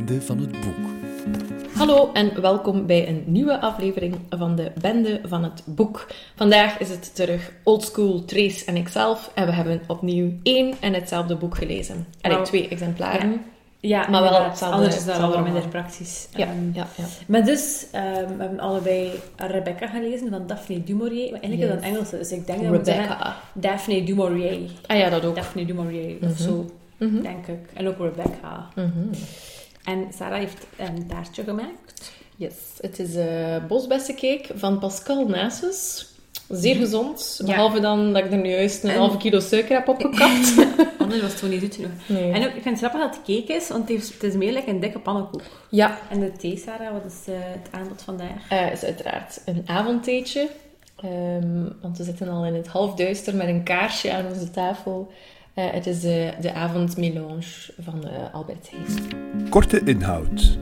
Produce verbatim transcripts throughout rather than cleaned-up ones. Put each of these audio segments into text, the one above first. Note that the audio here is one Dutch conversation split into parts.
Bende van het Boek. Hallo en welkom bij een nieuwe aflevering van de Bende van het Boek. Vandaag is het terug oldschool Trace en ikzelf en we hebben opnieuw één en hetzelfde boek gelezen. Allee, Wow. twee exemplaren. Ja, Maar wel inderdaad. hetzelfde- Anders is dat wel hetzelfde minder roman. praktisch. Ja, Ehm, ja, ja. Maar dus, ehm, we hebben allebei Rebecca gelezen van Daphne du Maurier. Maar eigenlijk is dat Yes. een Engelse, dus ik denk dat we moeten zeggen Rebecca. Daphne du Maurier. Ah ja, dat ook. Daphne du Maurier, of Mhm. zo, Mhm. denk ik. En ook Rebecca. Mhm. En Sarah heeft een taartje gemaakt. Yes, het is uh, bosbessencake van Pascal Nasus. Zeer gezond, Ja. behalve dan dat ik er nu juist een En- halve kilo suiker heb opgekapt. Anders was het gewoon niet goed genoeg. Nee. En ook, ik vind het grappig dat het cake is, want het is, het is meer like een dikke pannenkoek. Ja, En de thee, Sarah, wat is eh, het aanbod vandaag? uh, is uiteraard een avondtheetje. Um, want we zitten al in het halfduister met een kaarsje aan onze tafel. Uh, het is de, de avondmelange van uh, Albert Heijn. Korte inhoud.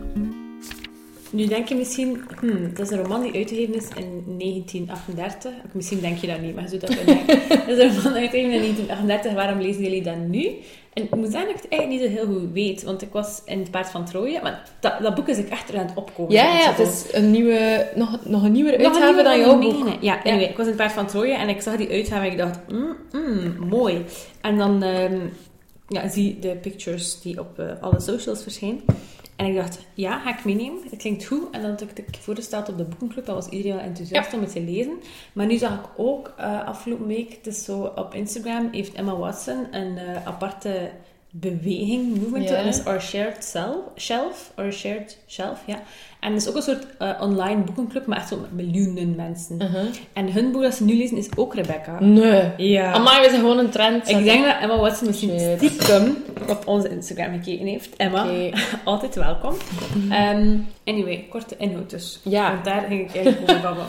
Nu denk je misschien, hmm, het is een roman die uitgegeven is in negentien achtendertig. Misschien denk je dat niet, maar je doet dat wel denken. Het is een roman uitgegeven in negentien achtendertig, waarom lezen jullie dat nu? En ik moet zeggen dat ik het eigenlijk niet zo heel goed weet, want ik was in Het Paard van Troje, maar dat, dat boek is ik echt er aan het opkomen. Ja, ja, Zo. het is een nieuwe, nog, nog een nieuwere Nog een uitgave nieuwe dan jouw van boek. Mene. Ja, anyway, ik was in Het Paard van Troje en ik zag die uitgave en ik dacht, mm, mm, mooi. En dan ehm, ja, zie je de pictures die op uh, alle socials verschijnen. En ik dacht, ja, ga ik meenemen. Het klinkt goed. En dan had ik het voorgesteld op de boekenclub. Dat was iedereen wel enthousiast Ja. om het te lezen. Maar nu zag ik ook uh, afgelopen week, het is zo op Instagram, heeft Emma Watson een uh, aparte beweging, movement. Ja. En dat is Our Shared Self, Shelf. Our Shared Shelf, ja. En dat is ook een soort uh, online boekenclub, maar echt zo met miljoenen mensen. Uh-huh. En hun boek dat ze nu lezen is ook Rebecca. Nee. Ja. Amai, we zijn gewoon een trend. Ik denk dat Emma Watson misschien Shit. stiekem op onze Instagram gekeken heeft. Emma, Oké. altijd welkom. Um, anyway, korte inhoud dus. Ja. Want daar ging ik eigenlijk over babbelen.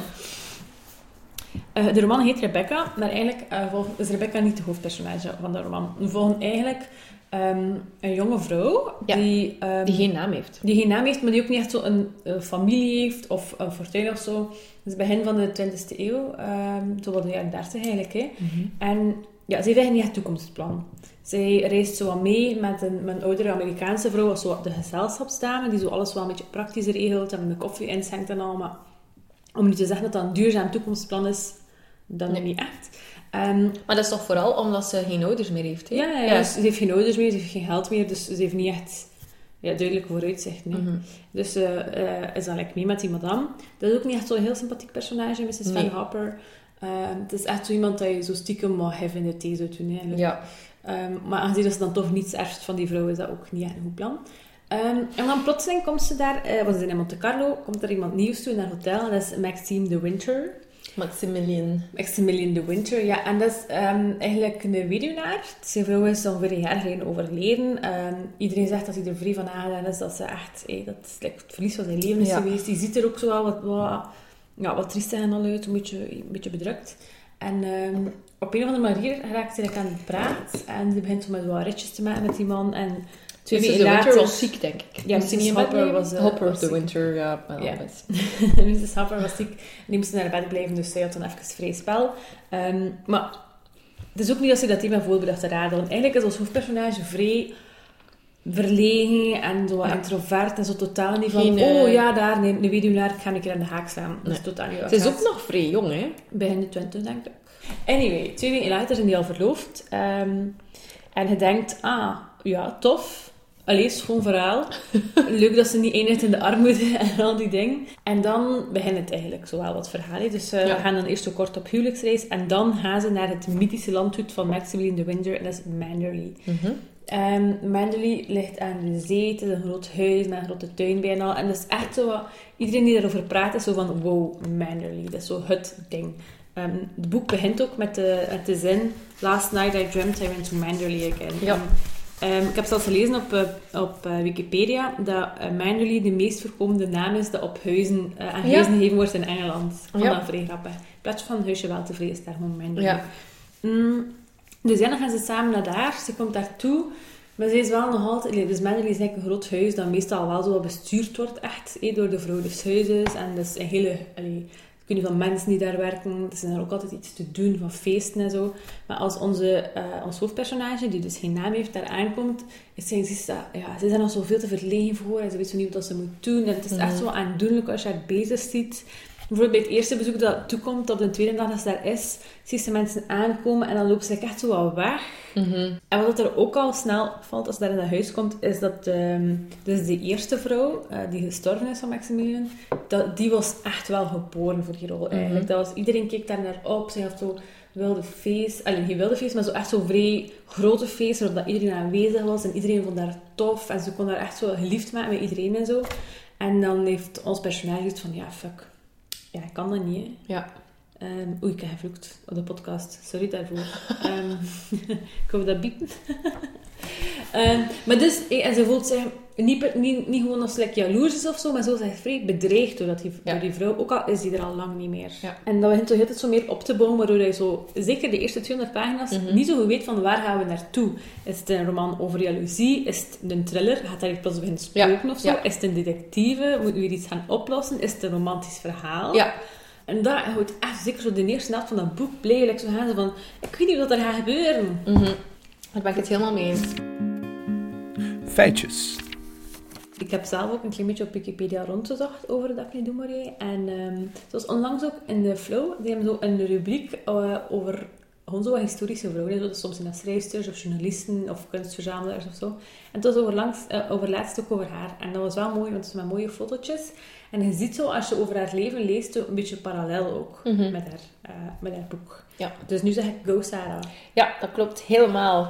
Uh, de roman heet Rebecca, maar eigenlijk uh, volgt, is Rebecca niet de hoofdpersonage van de roman. We volgen eigenlijk um, een jonge vrouw Ja. die, um, Die geen naam heeft. die geen naam heeft, maar die ook niet echt zo een, een familie heeft of een fortuin of zo. Het is begin van de twintigste eeuw, um, zo wat de jaren dertig eigenlijk. Hè. Mm-hmm. En ja, ze heeft eigenlijk niet echt toekomstplan. Zij reist zo wat mee met een, met een oudere Amerikaanse vrouw, als zo de gezelschapsdame, die zo alles wel een beetje praktisch regelt en de koffie inschenkt en al. Maar om nu te zeggen dat dat een duurzaam toekomstplan is, dan Nee. niet echt. Um, Maar dat is toch vooral omdat ze geen ouders meer heeft, hè? ja, ja, ja. Dus ze heeft geen ouders meer, ze heeft geen geld meer, dus ze heeft niet echt ja, duidelijk vooruitzicht. Nee. Mhm. Dus ze uh, is dan like, mee met die madame. Dat is ook niet echt zo'n heel sympathiek personage, missus Nee. Van Hopper. Uh, het is echt zo iemand dat je zo stiekem mag hebben in de thee zou doen. Hè. Ja. Um, maar aangezien dat ze dan toch niets erft van die vrouw, is dat ook niet echt een goed plan. Um, en dan plotseling komt ze daar, uh, want ze zijn in Monte Carlo, komt er iemand nieuws toe in haar hotel, en dat is Maxime de Winter. Maximilian. Maximilian de Winter, ja. En dat is um, eigenlijk een weduwnaar. Zijn vrouw is ongeveer een jaar geleden overleden. Um, iedereen zegt dat hij er vrij van aangedaan is, dat ze echt, hey, dat is like, het verlies van zijn leven is Ja. geweest. Die ziet er ook zo wel wat, wat, ja, wat triest en al uit, een beetje, een beetje bedrukt. En um, op een of andere manier raakt ze like, aan het praat. En ze begint zo met wat ritjes te maken met die man. En twee Missus weken de Winter later... was ziek, denk ik. Ja, Moest hij missus niet in bed Hopper blijven? was, uh, Hopper was de ziek. Winter, ja. Wel, Ja. best. missus Hopper was ziek. Die moest naar bed blijven, dus zij had dan even vrij spel. Um, maar het is ook niet dat ze dat thema voorbedacht te raden. Want eigenlijk is ons hoofdpersonage vrij verlegen en zo wat Ja. introvert en zo totaal niet van... Geen, uh, oh ja, daar, nee, een weduwnaar, ik ga een keer aan de haak slaan. Dat is Nee. totaal niet wat Ze is gaat. ook nog vrij jong, hè? Begin de twintig, denk ik. Anyway, twee weken later zijn die al verloofd. Um, en je denkt, ah, ja, tof. Allee, schoon verhaal. Leuk dat ze niet eindigt in de armoede en al die dingen. En dan begint het eigenlijk zo wel wat verhaal. hè. Dus uh, Ja. we gaan dan eerst zo kort op huwelijksreis. En dan gaan ze naar het mythische landgoed van Maximilian de Winter. En dat is Manderley. Mhm. Um, Manderley ligt aan de zee. Het is een groot huis met een grote tuin bij en al. En dat is echt zo wat... Iedereen die daarover praat is zo van... Wow, Manderley. Dat is zo het ding. Um, het boek begint ook met de, met de zin... Last night I dreamt I went to Manderley again. Ja. Um, ik heb zelfs gelezen op, uh, op uh, Wikipedia dat uh, Manderley de meest voorkomende naam is dat op huizen, uh, aan Ja. huizen gegeven wordt in Engeland. Ik vond Ja. dat vrij grappig. In plaats van huisje wel tevreden is daar gewoon Manderley. Ja. Mm, dus ja, dan gaan ze samen naar daar. Ze komt daartoe. Maar ze is wel nog altijd... Dus Manderley is eigenlijk een groot huis dat meestal wel zo wat bestuurd wordt, echt, eh, door de vrouw des huizes. En dat is een hele... Allee, ik weet niet, van mensen die daar werken. Er zijn er ook altijd iets te doen, van feesten en zo. Maar als onze, uh, ons hoofdpersonage, die dus geen naam heeft, daar aankomt, is zij, ze, ja, ze zijn al zoveel te verlegen voor en ze weet zo niet wat ze moet doen. En het is Mm-hmm. echt zo aandoenlijk als je haar bezig ziet. Bijvoorbeeld bij het eerste bezoek dat toekomt, op de tweede dag dat ze daar is, zie je mensen aankomen en dan lopen ze echt zo wat weg. Mm-hmm. En wat er ook al snel valt als ze daar in dat huis komt, is dat um, dus de eerste vrouw, uh, die gestorven is van Maximilian, dat, die was echt wel geboren voor die rol eigenlijk. Mm-hmm. Dat was, iedereen keek daar naar op, ze had zo wilde feest, alleen geen wilde feest, maar zo echt zo'n vrij grote feest, waarop dat iedereen aanwezig was en iedereen vond haar tof en ze kon daar echt zo geliefd maken met iedereen en zo. En dan heeft ons personage gezegd van, ja, fuck. Ja, ik kan dat niet, hè. Ja. Um, oei, ik heb gevloekt op de podcast. Sorry daarvoor. um, ik hoop dat biepen. um, maar dus, en ze voelt zich niet, niet, niet gewoon als like, jaloers is of zo, maar zo zich vrij bedreigd door, dat die, ja. door die vrouw. Ook al is die er al lang niet meer. Ja. En dat begint toch heel tijd zo meer op te bouwen, waardoor je zo, zeker de eerste tweehonderd pagina's, mm-hmm. niet zo goed weet van waar gaan we naartoe. Is het een roman over jaloezie? Is het een thriller? Gaat daar plots beginnen spoken ja. of zo? Ja. Is het een detectieve? Moet weer iets gaan oplossen? Is het een romantisch verhaal? Ja. En dat houdt echt, zeker zo de eerste helft van dat boek, blijf zo gaan ze van, ik weet niet wat er gaat gebeuren. Mm-hmm. Daar ben ik het helemaal mee eens. Feitjes. Ik heb zelf ook een klein beetje op Wikipedia rondgezocht over Daphne du Maurier. En um, zoals onlangs ook in de Flow, die hebben zo een rubriek uh, over gewoon zo wat historische vrouwen. Zo. Dus soms zijn dat schrijfsters of journalisten of kunstverzamelaars of zo. En het was over, langs, uh, over laatst ook over haar. En dat was wel mooi, want het is met mooie fotootjes. En je ziet zo, als je over haar leven leest, een beetje parallel ook mm-hmm. met, haar, uh, met haar boek. Ja. Dus nu zeg ik go Sarah. Ja, dat klopt helemaal.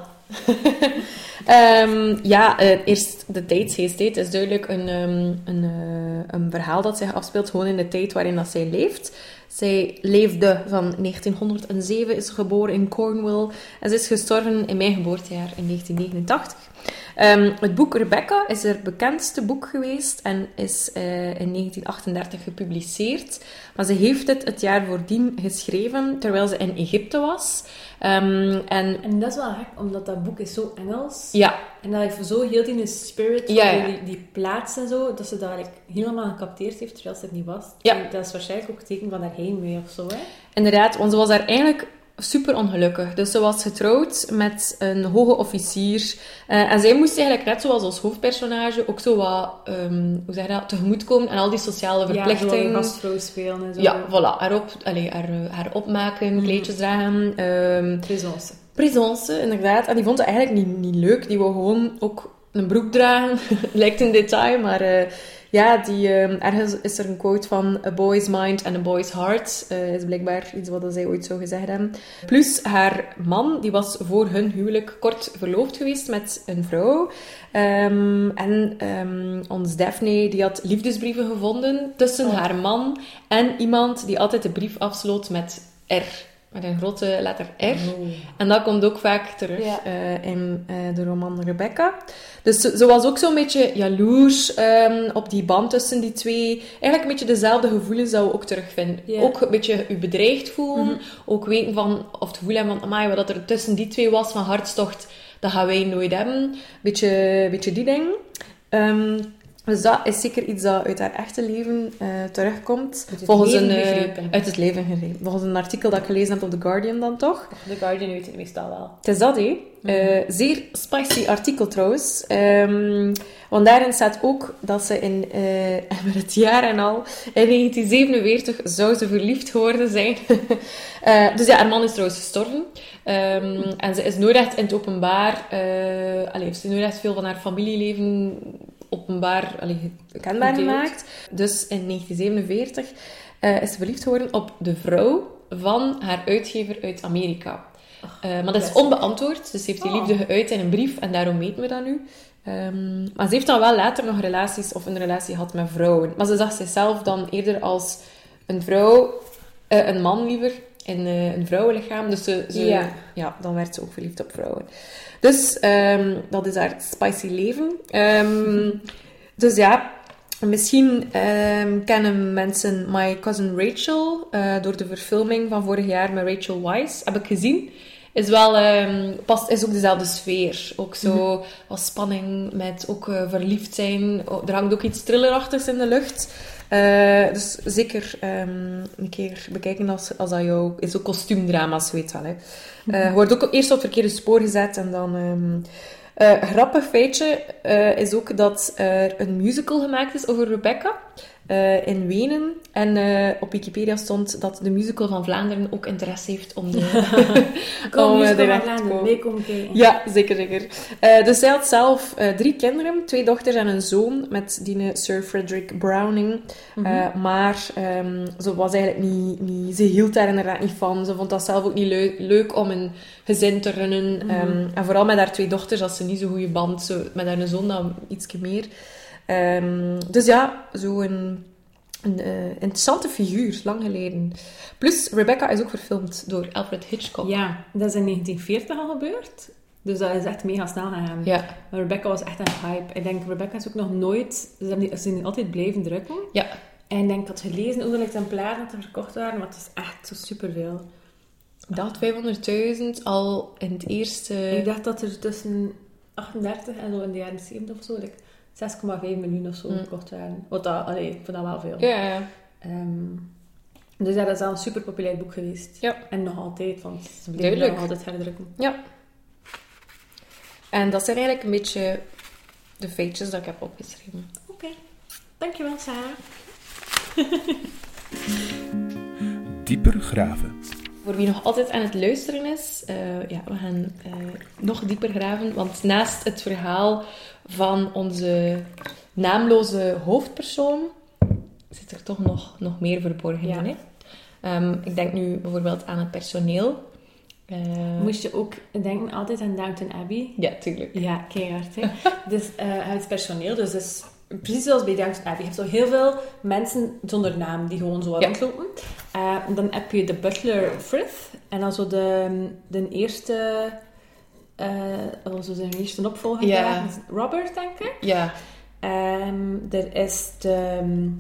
um, ja, uh, eerst de tijdsgeest. Het is duidelijk een, um, een, uh, een verhaal dat zich afspeelt gewoon in de tijd waarin dat zij leeft. Zij leefde van negentienhonderdzeven, is geboren in Cornwall en ze is gestorven in mijn geboortejaar in negentien negenentachtig. Um, het boek Rebecca is haar bekendste boek geweest en is uh, in negentien achtendertig gepubliceerd. Maar ze heeft het het jaar voordien geschreven, terwijl ze in Egypte was. Um, en, en dat is wel gek, omdat dat boek is zo Engels. Ja. En dat heeft zo heel in de spirit, ja, ja. Die, die plaats en zo, dat ze dat like, helemaal gecapteerd heeft, terwijl ze het niet was. Ja. En dat is waarschijnlijk ook een teken van haar heimwee of zo, hè? Inderdaad, want ze was daar eigenlijk super ongelukkig. Dus ze was getrouwd met een hoge officier. Uh, en zij moest eigenlijk net zoals ons hoofdpersonage ook zo wat, um, hoe zeg je dat, tegemoetkomen aan al die sociale verplichtingen. Ja, gastvrouw spelen en zo. Ja, voilà. Haar, op, allez, haar, haar opmaken, mm. kleedjes dragen. Um, Présence. Présence, inderdaad. En die vond het eigenlijk niet, niet leuk. Die wou gewoon ook een broek dragen. Lijkt een detail, maar... Uh, Ja, die, uh, ergens is er een quote van a boy's mind and a boy's heart. Uh, is blijkbaar iets wat zij ooit zo gezegd hebben. Plus haar man, die was voor hun huwelijk kort verloofd geweest met een vrouw. Um, en um, ons Daphne, die had liefdesbrieven gevonden tussen oh. haar man en iemand die altijd de brief afsloot met R. Met een grote letter R. Oh. En dat komt ook vaak terug ja. uh, in uh, de roman Rebecca. Dus ze, ze was ook zo'n beetje jaloers um, op die band tussen die twee. Eigenlijk een beetje dezelfde gevoelens dat we ook terugvinden. Yeah. Ook een beetje je bedreigd voelen. Mm-hmm. Ook weten van, of het gevoel hebben van, amai, wat er tussen die twee was van hartstocht, dat gaan wij nooit hebben. Beetje, beetje die ding. Um, Dus dat is zeker iets dat uit haar echte leven uh, terugkomt. Uit het volgens leven een, uh, gegrepen. Uit het leven gegrepen. Volgens een artikel dat ik gelezen heb op The Guardian dan toch. The Guardian weet het meestal wel. Het is dat, hè. Mm-hmm. Uh, zeer spicy artikel trouwens. Um, want daarin staat ook dat ze in uh, het jaar en al, in negentien zevenenveertig, zou ze verliefd geworden zijn. uh, dus ja, haar man is trouwens gestorven. Um, en ze is nooit echt in het openbaar... Uh, allee, heeft ze nooit echt veel van haar familieleven... openbaar allee, kenbaar gemaakt. Dus in negentien zevenenveertig uh, is ze verliefd geworden op de vrouw van haar uitgever uit Amerika. Uh, maar dat is onbeantwoord, dus ze heeft die liefde geuit in een brief en daarom weten we dat nu. Um, maar ze heeft dan wel later nog relaties of een relatie gehad met vrouwen. Maar ze zag zichzelf dan eerder als een vrouw, uh, een man liever, in uh, een vrouwenlichaam. Dus ze, ze, ja. ja, dan werd ze ook verliefd op vrouwen. Dus um, dat is haar spicy leven. Um, dus ja, misschien um, kennen mensen My Cousin Rachel uh, door de verfilming van vorig jaar met Rachel Weisz. Heb ik gezien. Is wel, um, past, is ook dezelfde sfeer. Ook zo mm-hmm. wat spanning met ook uh, verliefd zijn. Er hangt ook iets thrillerachtigs in de lucht. Uh, dus zeker um, een keer bekijken als, als dat jou... Is ook kostuumdrama's, weet wel. Hè. Uh, je wordt ook eerst op het verkeerde spoor gezet en dan... Um, uh, grappig feitje uh, is ook dat er een musical gemaakt is over Rebecca. Uh, in Wenen. En uh, op Wikipedia stond dat de musical van Vlaanderen ook interesse heeft om de... Kom, om, musical uh, van Vlaanderen, mee komen kijken. Ja, zeker, zeker. Uh, dus zij had zelf uh, drie kinderen, twee dochters en een zoon, met die Sir Frederick Browning. Mm-hmm. Uh, maar um, ze was eigenlijk niet, niet... Ze hield daar inderdaad niet van. Ze vond dat zelf ook niet leuk, leuk om een gezin te runnen. Mm-hmm. Um, en vooral met haar twee dochters had ze niet zo'n goede band. Zo, met haar zoon dan ietsje meer. Um, dus ja, zo'n een, een uh, interessante figuur, lang geleden. Plus, Rebecca is ook verfilmd door Alfred Hitchcock. Ja, dat is in negentien veertig al gebeurd. Dus dat is echt mega snel gegaan. Ja. Maar Rebecca was echt een hype. Ik denk, Rebecca is ook nog nooit... Ze hebben die, ze zijn altijd blijven drukken. Ja. En ik denk, ik had gelezen hoeveel exemplaren dat er verkocht waren, maar het is echt zo superveel. Ik dacht vijfhonderdduizend al in het eerste... Ik dacht dat er tussen achtendertig en zo in de jaren zeventig of zo... Like, zes komma vijf miljoen of zo mm. verkocht werden. Wat dat, allee, ik vind dat wel veel. Ja, ja. Um, dus ja, dat is al een super populair boek geweest. Ja. En nog altijd, want ze blijven nog altijd herdrukken. Ja. En dat zijn eigenlijk een beetje de feitjes dat ik heb opgeschreven. Oké. Okay. Dankjewel, Sarah. Dieper graven. Voor wie nog altijd aan het luisteren is, uh, ja, we gaan uh, nog dieper graven. Want naast het verhaal van onze naamloze hoofdpersoon zit er toch nog, nog meer verborgen ja. in. Hè? Um, ik denk nu bijvoorbeeld aan het personeel. Uh, Moest je ook denken altijd aan Downton Abbey? Ja, tuurlijk. Ja, keihard. Hè? Dus uh, het personeel, dus, dus precies zoals bij Downton Abbey. Je hebt zo heel veel mensen zonder naam die gewoon zo ja. rondlopen. Uh, dan heb je de butler Frith. En dan zo de, de eerste... Uh, zo zijn eerste opvolger. Ja. Robert, denk ik. Ja. Um, er is de... Um,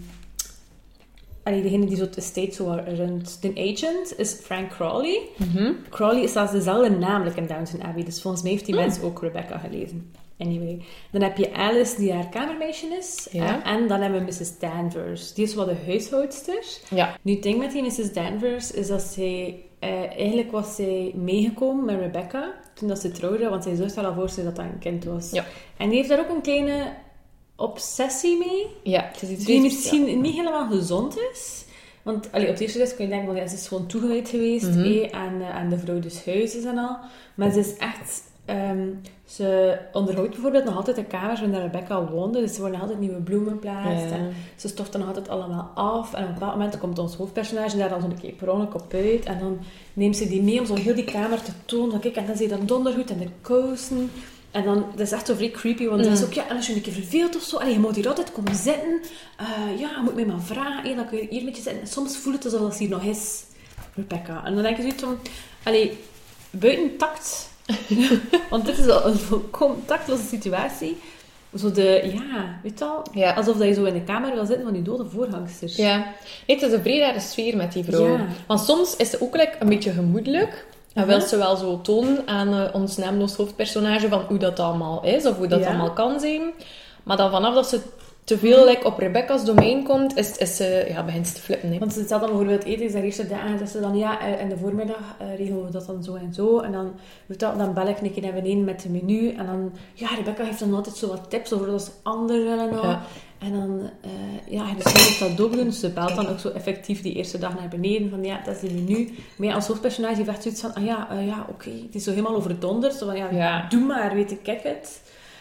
allee, degene die zo het estate zo runt. De agent is Frank Crawley. Mm-hmm. Crawley is zelfs dezelfde namelijk in Downton Abbey. Dus volgens mij heeft die mm. mens ook Rebecca gelezen. Anyway. Dan heb je Alice, die haar kamermeisje is. Ja. Uh, en dan hebben we missus Danvers. Die is wel de huishoudster. Ja. Nu, het ding met die missus Danvers is dat zij... Uh, eigenlijk was zij meegekomen met Rebecca toen dat ze trouwde, want zij zorgde al voor dat dat een kind was. Ja. En die heeft daar ook een kleine obsessie mee. Ja, het is iets die misschien ja. niet helemaal gezond is. Want allee, op het eerste gezicht kun je denken, van, ja, ze is gewoon toegewijd geweest mm-hmm. eh, aan, aan de vrouw des huizes en al. Maar ze is echt... Um, ze onderhoudt bijvoorbeeld nog altijd de kamers waar Rebecca woonde. Dus er worden altijd nieuwe bloemen geplaatst. Ja. En ze stoft dan nog altijd allemaal af. En op een bepaald moment komt ons hoofdpersonage daar dan zo'n keer per ongeluk op uit. En dan neemt ze die mee om zo heel die kamer te tonen. Van, kijk, en dan zie je dat dondergoed en de kousen. En dan, dat is echt zo vrij creepy. Want mm. dat is ook, ja, en als je een keer verveelt of zo. Allee, je moet hier altijd komen zitten. Uh, ja, je moet mij maar vragen. Hey, dan kun je hier een beetje zitten. En soms voelt het alsof ze hier nog is. Rebecca. En dan denk je zoiets van... Allee, buiten tact... Want dit is al een volkomen tactloze situatie. Zo de, ja, weet je al? Ja. Alsof dat je zo in de kamer wil zitten van die dode voorgangsters. Ja. Nee, het is een vrij rare sfeer met die vrouw. Ja. Want soms is ze ook like, een beetje gemoedelijk. En uh-huh. wil ze wel zo tonen aan uh, ons naamloos hoofdpersonage van hoe dat allemaal is, of hoe dat ja. allemaal kan zijn. Maar dan vanaf dat ze te veel like, op Rebecca's domein komt, is, is ze, ja, begint ze te flippen. Hè. Want ze stelt dan bijvoorbeeld eten, is haar eerste dag, en dat ze dan, ja, in de voormiddag uh, regelen we dat dan zo en zo. En dan, weet dat, dan bel ik een keer naar beneden met het menu. En dan, ja, Rebecca heeft dan altijd zo wat tips over dat ze anders willen. Ja. En dan, uh, ja, dus ze moet dat ook doen. Dus ze belt dan ook zo effectief die eerste dag naar beneden. Van, ja, dat is het menu. Maar ja, als hoofdpersonage heeft echt zoiets van, ah ja, uh, ja, oké. Okay. Het is zo helemaal overdonderd. Zo van, ja, ja. doe maar, weet ik, kijk het.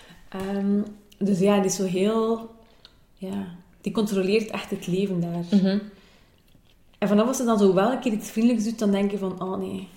Um, dus ja, die is zo heel... Ja, die controleert echt het leven daar. Mm-hmm. En vanaf als ze dan zo wel een keer iets vriendelijks doet, dan denk je van, oh nee.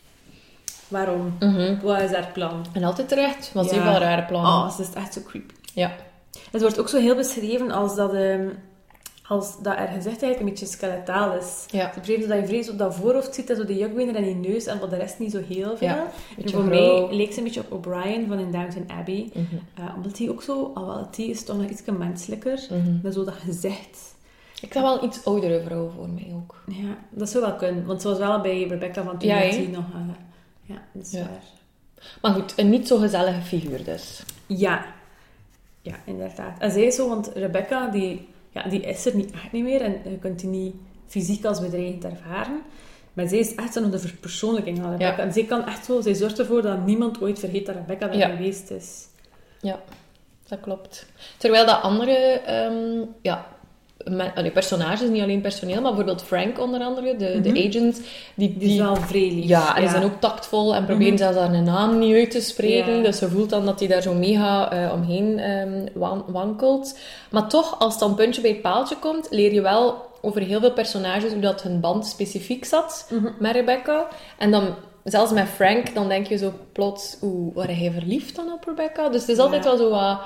Waarom? Mm-hmm. Wat is haar plan? En altijd terecht, want ze ja. heeft wel rare plannen. Oh, ze is echt zo creepy. Ja. Het wordt ook zo heel beschreven als dat, um, als dat er gezegd eigenlijk een beetje skeletaal is. Ja. Ze beschreven dat je vrees op dat voorhoofd ziet, en zo de jukbeender en die neus, en voor de rest niet zo heel veel. Ja, en voor grow. mij leek ze een beetje op O'Brien van in Downton Abbey. Mm-hmm. Uh, omdat die ook zo, alhoewel die is toch nog iets menselijker, mm-hmm. met zo dat gezicht. Ik zag wel een iets oudere vrouw voor mij ook. Ja, dat zou wel kunnen. Want zoals wel bij Rebecca van toen, ja, dat die nog... Uh, ja, dat is ja. waar. Maar goed, een niet zo gezellige figuur dus. Ja. Ja, inderdaad. En zij is zo, want Rebecca, die ja, die is er niet echt niet meer. En je kunt die niet fysiek als bedreigend ervaren. Maar zij is echt zo nog de verpersoonlijking van Rebecca. Ja. En zij kan echt zo... Zij zorgt ervoor dat niemand ooit vergeet dat Rebecca er Ja. geweest is. Ja, dat klopt. Terwijl dat andere um, ja, me- allee, personages, niet alleen personeel, maar bijvoorbeeld Frank onder andere, de, de Mhm. agent, die, Die is wel vrij lief. ja, en die zijn ook tactvol en proberen Mhm. zelfs haar naam niet uit te spreken. Ja. Dus ze voelt dan dat hij daar zo mega uh, omheen um, wan- wankelt. Maar toch, als het dan puntje bij het paaltje komt, leer je wel over heel veel personages hoe dat hun band specifiek zat Mhm. met Rebecca. En dan, zelfs met Frank, dan denk je zo plots, oeh, waar hij verliefd dan op Rebecca? Dus het is altijd Ja. wel zo wat...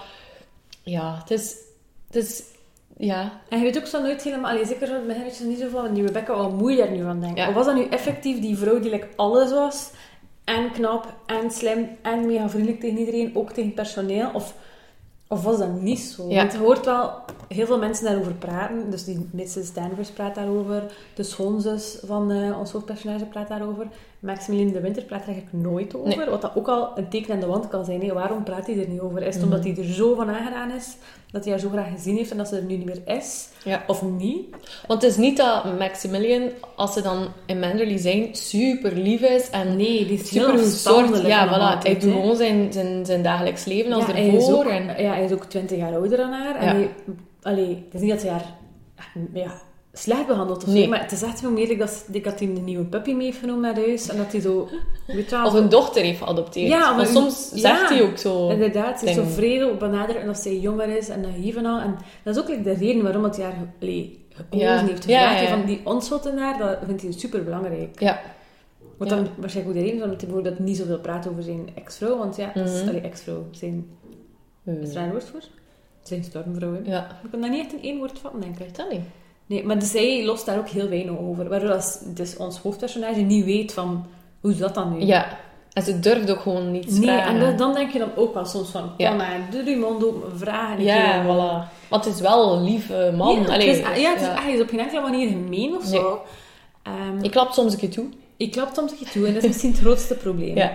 Ja, het is... Het is ja, En je weet ook zo nooit helemaal... Allee, zeker zo in het begin weet je niet zo van die Rebecca, wat moet je daar nu van denken? Ja. Of was dat nu effectief die vrouw die like, alles was? En knap, en slim, en mega vriendelijk tegen iedereen, ook tegen het personeel? Of, of was dat niet zo? Ja. Want je hoort wel heel veel mensen daarover praten. Dus die missus Danvers praat daarover. De schoonzus van uh, ons hoofdpersonage praat daarover. Maximilian de Winter praat er eigenlijk nooit over. Nee. Wat dat ook al een teken aan de wand kan zijn. Hè. Waarom praat hij er niet over? Is het Mhm. omdat hij er zo van aangedaan is? Dat hij haar zo graag gezien heeft en dat ze er nu niet meer is? ja. Of niet? Want het is niet dat Maximilian, als ze dan in Manderley zijn, super lief is en Nee, die is super heel gezorgd. afstandelijk Ja, nog voilà. altijd, Hij doet hè. gewoon zijn, zijn, zijn dagelijks leven als Ja, hij is ervoor. ook, En, ja, hij is ook twintig jaar ouder dan haar. En Ja. hij, allee, het is niet dat hij haar echt, ja, slecht behandelt of Nee. zo, maar het is echt wel meer dat, dat hij een nieuwe puppy mee heeft genomen naar huis. En dat hij zo... Weet je wel, of een dochter heeft geadopteerd. Ja, Want maar- soms ja. zegt hij ook zo... Inderdaad, hij is zo dingen. vrede benaderen en dat zij jonger is en naïef en al. En dat is ook like, de reden waarom dat hij haar ge- allee, gekozen Ja. heeft. Ja, Gevraagd ja, ja. van die onschuld in haar, dat vindt hij super belangrijk. Ja. Wat Ja. dan waarschijnlijk ook de reden is waarom hij bijvoorbeeld niet zoveel praat over zijn ex-vrouw. Want ja, dat is, Mhm. allee, ex-vrouw, zijn... Is er daar een woord voor? Zijn stormvrouw, hè. Ja. Ik kan daar niet echt in één woord vatten, denk ik. Weet dat niet. Nee, maar dus zij lost daar ook heel weinig over. Waardoor als, dus ons hoofdpersonage niet weet van... Hoe is dat dan nu? Ja. En ze durft ook gewoon niets Nee, vragen. en dat- dan denk je dan ook wel soms van... Kom Ja. maar, doe je mond open, vraag een Ja, keer. voilà. Want het is wel een lieve man. Ja, het Allee, is, ja, het is, ja. ah, hij is op geen enkele manier gemeen of Nee. zo. Ehm, Ik klap soms een keer toe. ik klap soms een keer toe en dat is misschien het grootste probleem. Ja.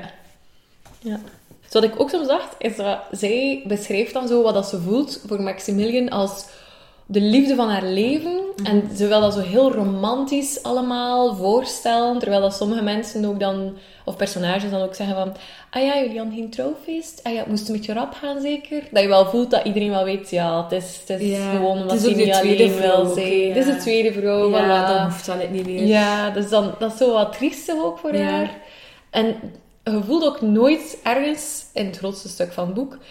Ja. Dus wat ik ook soms dacht, is dat zij beschrijft dan zo wat dat ze voelt voor Maximilian als de liefde van haar leven. En ze wil dat zo heel romantisch allemaal voorstellen, terwijl dat sommige mensen ook dan, of personages dan ook zeggen van, ah ja, jullie hadden geen trouwfeest? Ah ja, het moest een beetje rap gaan zeker? Dat je wel voelt dat iedereen wel weet, ja, het is, het is Ja, gewoon het omdat is ze ook de niet tweede alleen vrouw wil ook, zijn. hè, Het is de ja. tweede vrouw, Ja, voilà. dan hoeft dat niet meer. Ja, dus dan, dat is zo wat triestig ook voor Ja. haar. En je voelt ook nooit ergens, in het grootste stuk van het boek,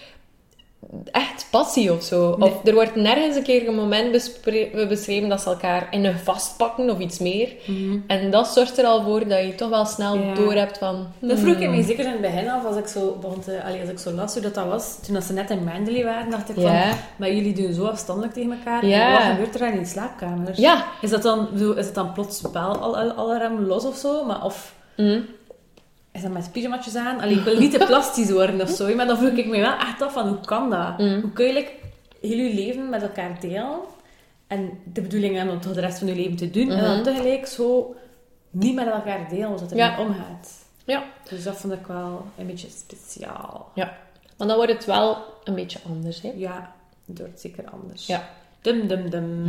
echt passie of zo. Nee. Of er wordt nergens een keer een moment bespre- beschreven dat ze elkaar in een vastpakken of iets meer. Mhm. En dat zorgt er al voor dat je toch wel snel Ja. door hebt van... Dat vroeg ik hmm, me zeker in het begin af, als ik zo, want, uh, allee, als ik zo las hoe dat, dat was. Toen dat ze net in Manderley waren, dacht ik Ja. van... Maar jullie doen zo afstandelijk tegen elkaar. Ja. Wat gebeurt er dan in die slaapkamer? Ja. Is dat dan, zo- is het dan plots wel al, al, alarm los of zo? Maar of... Mm. Is dat met pyjamatjes aan? Allee, ik wil niet te plastisch worden of zo, maar dan vroeg ik me wel echt af van, hoe kan dat? Mm. Hoe kun je like, heel je leven met elkaar delen? En de bedoeling is om toch de rest van je leven te doen. En dan Mhm. tegelijk zo niet met elkaar delen, zoals het er Ja. niet omgaat. Ja. Dus dat vond ik wel een beetje speciaal. Ja. Maar dan wordt het wel een beetje anders, hè. Ja, het wordt zeker anders. Ja. Dum, dum, dum.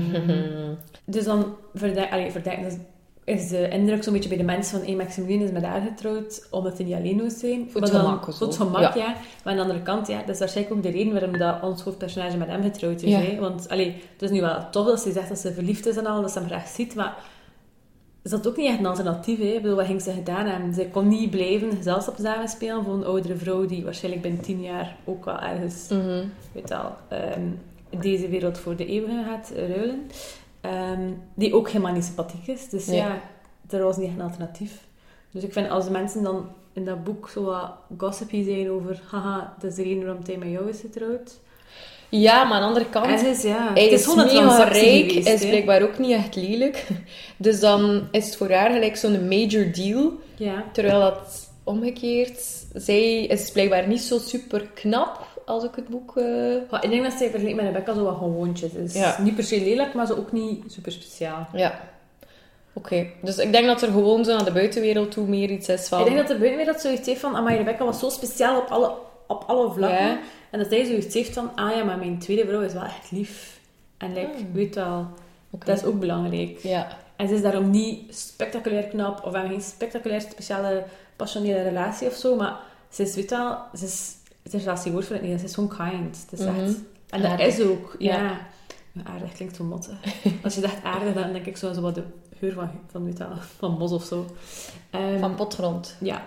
Dus dan verdenk, allee, verdenk, dus is de indruk zo'n beetje bij de mensen van hey, Maximilian is met haar getrouwd, omdat hij niet alleen moest zijn. Voor het Maar dan- gemak, Voor het zo. gemak, Ja. ja. Maar aan de andere kant, ja, dat is waarschijnlijk ook de reden waarom dat ons hoofdpersonage met hem getrouwd is. Ja. Hè? Want allee, het is nu wel tof dat ze zegt dat ze verliefd is en al, dat ze hem graag ziet, maar is dat ook niet echt een alternatief? Hè? Ik bedoel, wat ging ze gedaan hebben? Ze kon niet blijven gezelschapsdagen spelen voor een oudere vrouw die waarschijnlijk binnen tien jaar ook wel ergens Mhm. weet al, ehm, deze wereld voor de eeuwige gaat ruilen. Ehm, die ook helemaal niet sympathiek is. Dus Nee. ja, er was niet echt een alternatief. Dus ik vind als de mensen dan in dat boek zo wat gossipy zijn over haha, dat is de reden waarom hij met jou is getrouwd. Ja, maar aan de andere kant... En het is, ja, Hij het is, is gewoon een mega transactie rijk, geweest, is hè. blijkbaar ook niet echt lelijk. Dus dan is het voor haar gelijk zo'n major deal. Ja. Terwijl dat omgekeerd... Zij is blijkbaar niet zo super knap, als ik het boek... eh, Maar ik denk dat zij vergeleken met Rebecca zo wat gewoontjes is. Ja. Niet per se lelijk, maar zo ook niet super speciaal. Ja. Oké. Dus ik denk dat er gewoon zo naar de buitenwereld toe meer iets is van... Ik denk dat de buitenwereld zoiets heeft van, amai, Rebecca was zo speciaal op alle, op alle vlakken. Ja. En dat hij zoiets heeft van, ah ja, maar mijn tweede vrouw is wel echt lief. En like, Ah. weet wel, Okay. dat is ook belangrijk. Ja. En ze is daarom niet spectaculair knap, of hebben geen spectaculair speciale passionele relatie of zo, maar ze is, weet wel, ze is, het is zelfs die woord voor het Nederlands, ze is gewoon kind. Het is Mhm. echt, en dat Aardig. is ook, ja. Ja. Ja, aardig klinkt zo mottig. Als je zegt aardig, dan denk ik zo, zo wat de geur van, van, weet wel, van bos of zo. Ehm, Van potgrond. Ja.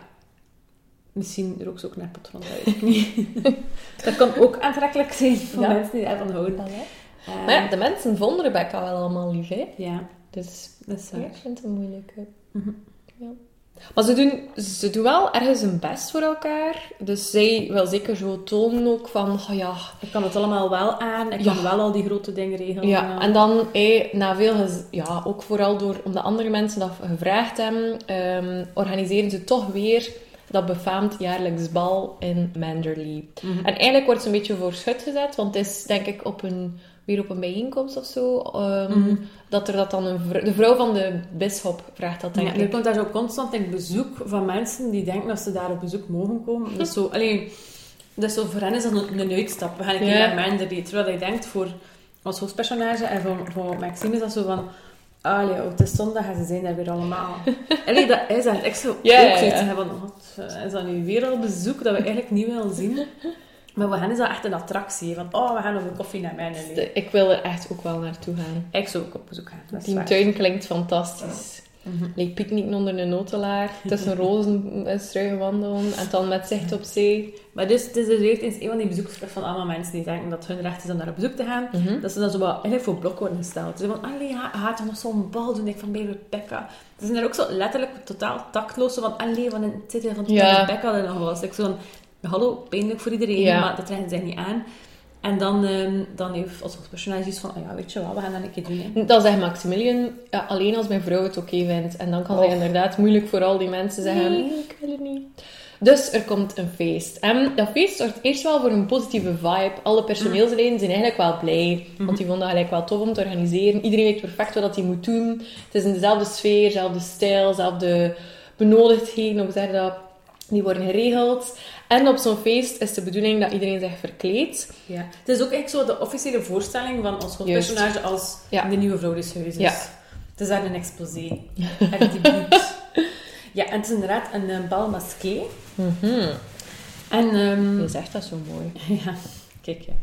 Misschien rookt ze ook naar potgrond, dat weet ik niet. Dat kan ook aantrekkelijk zijn voor Ja. mensen die daarvan houden. Maar Ehm, ja, de mensen vonden Rebecca wel allemaal lief, hè? ja, Dus dat is ja, waar. ik vind het een moeilijke. Mhm. Ja. Maar ze doen, ze doen wel ergens hun best voor elkaar. Dus zij wil zeker zo tonen ook van, oh ja... Ik kan het allemaal wel aan, ik Ja. kan wel al die grote dingen regelen. Ja, en dan, hey, na veel, gez- ja, ook vooral door, omdat andere mensen dat gevraagd hebben, ehm, organiseren ze toch weer dat befaamd jaarlijks bal in Manderley. Mhm. En eigenlijk wordt het een beetje voor schut gezet, want het is denk ik op een, weer op een bijeenkomst of zo, ehm, Mhm. dat er dat dan een vrouw, de vrouw van de bisschop vraagt dat, denk Ja, ik. er komt daar zo constant een bezoek van mensen die denken dat ze daar op bezoek mogen komen. Dus zo, alleen, dus zo voor hen is dat een, een uitstap. We gaan een keer Ja. naar Manderley. Terwijl je denkt voor als hoofdpersonage en voor, voor Maxime is dat zo van... Allee, oh, het is zondag en ze zijn daar weer allemaal. Allee, dat is dat. Ik zou Ja, ook ja, zoiets ja. hebben van... Wat, is dat nu weer al bezoek dat we eigenlijk niet willen zien? Maar voor hen is dat echt een attractie. Van, oh, we gaan op een koffie naar Manderley. De- Ik wil er echt ook wel naartoe gaan. Ik zou ook op bezoek gaan. Dat is Die waar. tuin klinkt fantastisch. Mhm. Like picknicken onder een notelaar, tussen rozen en struiken wandelen en dan met zicht op zee. Maar dus, het is dus weer eens een van die bezoekersvragen van allemaal mensen die denken dat hun recht is om naar op bezoek te gaan. Mhm. Dat ze dan zo wat eigenlijk voor blok worden gesteld. Dus van, allee, ja, hij gaat toch nog zo'n bal doen, ik van bij Rebecca. Ze zijn daar ook zo letterlijk totaal tactloos, zo van, allee, van een titel van toen Ja. Rebecca er nog was. Ik zo van, hallo, pijnlijk voor iedereen, Ja. maar dat trekken ze niet aan. En dan, ehm, dan heeft als hoofdpersonage iets van, oh ja, weet je wel, we gaan dat een keer doen. Hè. Dan zegt Maximilian, ja, alleen als mijn vrouw het oké vindt. En dan kan hij Oh. inderdaad moeilijk voor al die mensen zeggen, Nee. nee, ik wil het niet. Dus er komt een feest. En dat feest zorgt eerst wel voor een positieve vibe. Alle personeelsleden zijn eigenlijk wel blij. Want die vonden dat eigenlijk wel tof om te organiseren. Iedereen weet perfect wat hij moet doen. Het is in dezelfde sfeer, dezelfde stijl, dezelfde benodigdheden, hoe zeg je dat, die worden geregeld. En op zo'n feest is de bedoeling dat iedereen zich verkleedt. Ja. Het is ook echt zo de officiële voorstelling van ons hoofdpersonage als Ja. de nieuwe vrouw des huizes. Ja. Het is daar een exposé. Echt die bloed. Ja, en het is inderdaad een uh, bal masqué. Mhm. En, ehm, Je zegt dat zo mooi. ja, kijk, ja.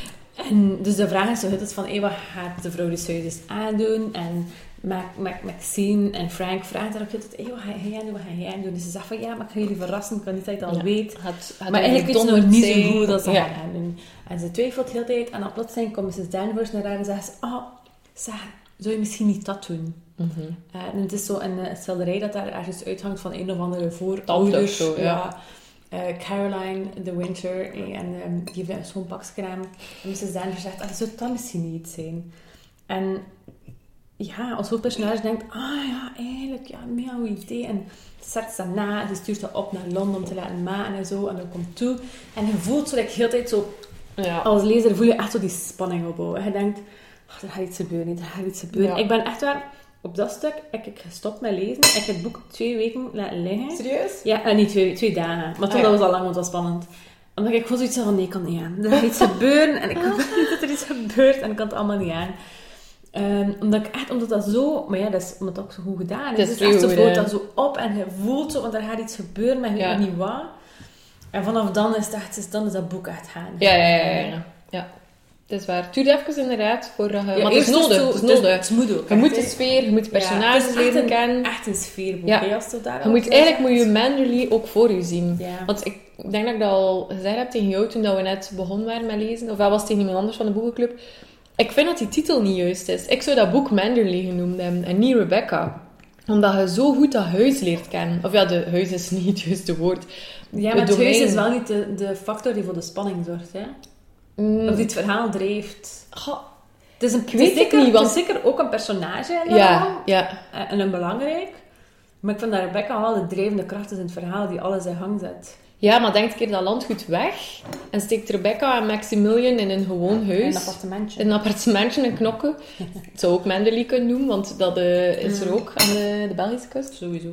En dus de vraag is zo het van, hey, wat gaat de vrouw des huizes aandoen? En Mac- Mac- Maxine en Frank vragen daarop altijd, hey, wat ga jij doen, wat ga jij doen? Dus ze zegt van, ja, maar ik ga jullie verrassen, ik kan niet dat je het al Ja. weet. Gaat, gaat Maar er eigenlijk weet ze nog donderd niet zo zijn. goed dat ze Ja. gaan doen. En ze twijfelt heel de tijd. En dan plotseling komt missus Danvers naar haar en zegt ze, oh, zeg, zou je misschien niet dat doen? Mhm. Uh, en het is zo een uh, schilderij dat daar ergens uithangt van een of andere of voorouders. zo, ja. Uh, Caroline the Winter. eh, En um, die heeft een schoon pakskraam. En missus Danvers zegt, ah, zou dat misschien niet zijn? En ja, ons hoofdpersonage denkt, ah ja, eigenlijk, ja, mega goed idee. En ze zet ze na en ze stuurt ze op naar Londen om te laten maken en zo. En dan komt toe. En je voelt zo, dat ik heel de tijd zo, Ja. als lezer voel je echt zo die spanning opbouwen. En je denkt, ach, er gaat iets gebeuren, er gaat iets gebeuren. Ja. Ik ben echt waar, op dat stuk heb ik gestopt met lezen. Ik heb het boek twee weken laten liggen. Serieus? Ja, en niet twee, twee dagen. Maar toch, Ah, ja. dat was al lang, want het was spannend. Omdat ik gewoon zoiets had van, nee, ik kan niet aan. Er gaat iets gebeuren en ik wil niet dat er iets gebeurt en ik kan het allemaal niet aan. Ehm, omdat ik echt, omdat dat zo, maar ja, dat is omdat dat ook zo goed gedaan is. Dat is Het is echt zo, goed, vouwt hè. dat zo op en je voelt zo, want er gaat iets gebeuren, maar je weet Ja. nog niet wat. En vanaf dan is, het echt, dan is dat boek echt gaan. Ja, ja, ja, ja. ja. Het is waar. Het duurt even inderdaad voordat je... Ja, maar het is eerst nodig. zo- Het is het is- nodig. het moet ook. Je moet echt, de hè. sfeer, je moet de personages Ja, het is echt leren een- kennen. Echt een sfeerboek, Ja. hè, als het daar Je moet eigenlijk moet je Manderley ook voor je zien. Ja. Want ik denk dat ik dat al gezegd heb tegen jou toen dat we net begonnen waren met lezen. Of dat was tegen iemand anders van de boekenclub. Ik vind dat die titel niet juist is. Ik zou dat boek Manderley genoemd hebben en niet Rebecca. Omdat je zo goed dat huis leert kennen. Of ja, de huis is niet het juiste woord. Ja, maar het domein. huis is wel niet de, de factor die voor de spanning zorgt, hè. Mm. Of die het verhaal drijft. Goh, Het is, een, weet het is het zeker, niet, want- het is zeker ook een personage in dat ja, verhaal. ja. En een belangrijk. Maar ik vind dat Rebecca wel de drijvende kracht is in het verhaal die alles in gang zet. Ja, maar denk een keer dat landgoed weg en steekt Rebecca en Maximilian in een gewoon In huis. een appartementje. In een appartementje in Knokke. Het zou ook Manderley kunnen noemen, want dat eh, is er ook aan de, de Belgische kust. Sowieso.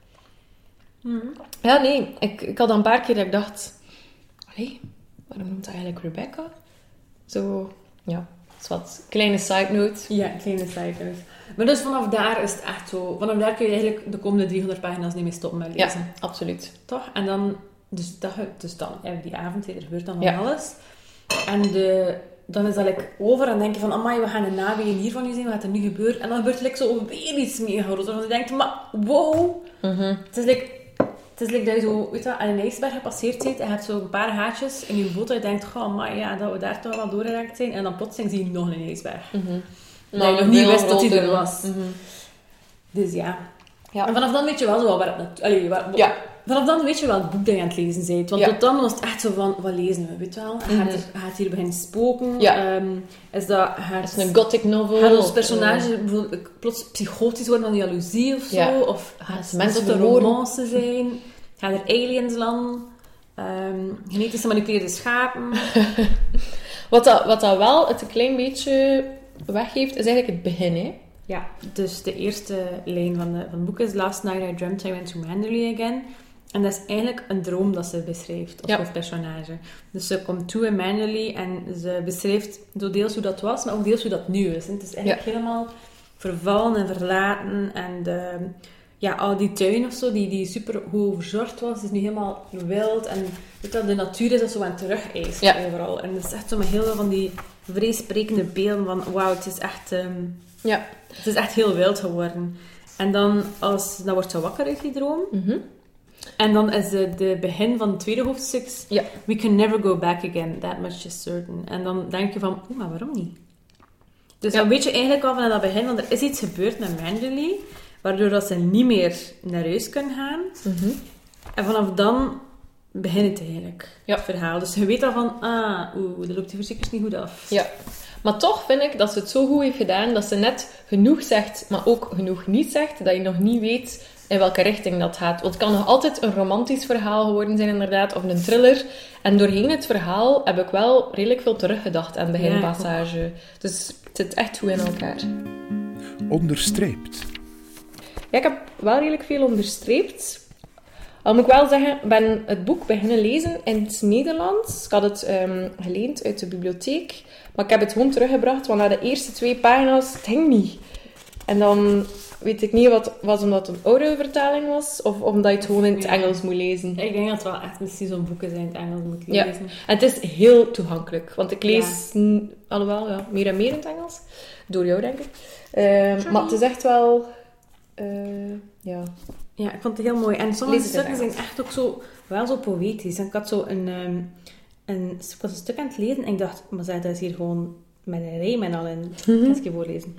Ja, nee. Ik, ik had al een paar keer dat ik dacht... Allee, waarom noemt hij eigenlijk Rebecca? Zo, ja. Dat is wat kleine side note. Ja, kleine cijfers. Maar dus vanaf daar is het echt zo... Vanaf daar kun je eigenlijk de komende driehonderd pagina's niet meer stoppen met lezen. Ja, absoluut. Toch? En dan... Dus, dat, dus dan, ja, die avond, er gebeurt dan van Ja. alles. En de, dan is dat like over en denk je van... Amai, we gaan een nawegen hiervan nu zien. Wat gaat er nu gebeuren? En dan gebeurt er like, zo weer iets mega groot. Want je denkt, maar wow! Mm-hmm. Het is like... Het is like dat je zo, weet je, aan een ijsberg gepasseerd bent en je hebt zo een paar gaatjes in je boot en je denkt, goh, maar ja, dat we daar toch wel doorgeraakt zijn. En dan plotseling zie je nog een ijsberg. Mm-hmm. Dat je nog niet wist dat hij er was. Mm-hmm. Dus ja. Ja. En vanaf dan weet je wel zo wel waar het naartoe... Allee, waar, Ja. Vanaf dan weet je wel het boek dat je aan het lezen bent. Want Ja. tot dan was het echt zo van, wat lezen we, weet je wel? Gaat, Mhm. er, gaat hier beginnen spoken? Ja. Ehm, is dat... Gaat, Dat is een gothic novel. gaat ons of, personage eh, bijvoorbeeld plots psychotisch worden van jaloezie of zo? Ja. Of Gaat gaat mensen het een vermoorden? romance zijn? Gaan er aliens landen? Ehm, genetisch gemanipuleerde schapen? Wat dat, wat dat wel het een klein beetje weggeeft, is eigenlijk het begin, hè? Ja, dus de eerste lijn van, de, van het boek is Last night I dreamt I went to Manderley again. En dat is eigenlijk een droom dat ze beschrijft, als Ja. hoofdpersonage. Dus ze komt toe in Manderley en ze beschrijft zo deels hoe dat was, maar ook deels hoe dat nu is. En het is eigenlijk helemaal vervallen en verlaten. En de, ja, al die tuin of zo, die, die super goed verzorgd was, is nu helemaal wild. En weet je, de natuur is dat zo aan het terugeisen Ja. overal. En het is echt zo met heel veel van die vreesprekende beelden van, wauw, het is echt... ehm, Ja. het is echt heel wild geworden. En dan, als, dan wordt ze wakker uit die droom. Mhm. En dan is de, de begin van het tweede hoofdstuk... Ja. We can never go back again, that much is certain. En dan denk je van, oeh, maar waarom niet? Dus Ja. dan weet je eigenlijk al van dat begin, want er is iets gebeurd met Manderley, waardoor dat ze niet meer naar huis kunnen gaan. Mhm. En vanaf dan begint het eigenlijk, Ja. het verhaal. Dus je weet al van, ah, oeh, dat loopt hier zeker niet goed af. Ja. Maar toch vind ik dat ze het zo goed heeft gedaan dat ze net genoeg zegt, maar ook genoeg niet zegt, dat je nog niet weet in welke richting dat gaat. Want het kan nog altijd een romantisch verhaal geworden zijn, inderdaad, of een thriller. En doorheen het verhaal heb ik wel redelijk veel teruggedacht aan de Ja, beginpassage. Dus het zit echt goed in elkaar. Onderstreept. Ja, ik heb wel redelijk veel onderstreept. Al moet ik wel zeggen, ik ben het boek beginnen lezen in het Nederlands. Ik had het um, geleend uit de bibliotheek. Maar ik heb het gewoon teruggebracht, want na de eerste twee pagina's, het ging niet. En dan weet ik niet wat was omdat het een oude vertaling was, of omdat je het gewoon in het Ja. Engels moet lezen. Ik denk dat het wel echt misschien zo'n boeken zijn in het Engels moet Ja. lezen. En het is heel toegankelijk, want ik lees, n- alhoewel, ja, meer en meer in het Engels. Door jou, denk ik. Um, maar het is echt wel... Uh, ja... Ja, ik vond het heel mooi. En sommige Lees het in stukken zijn Engels. echt ook zo, wel zo poëtisch. En ik had zo een, um, een, ik was een stuk aan het lezen en ik dacht, maar zeg, dat is hier gewoon met een rijm en al in. Ik ga het even voorlezen.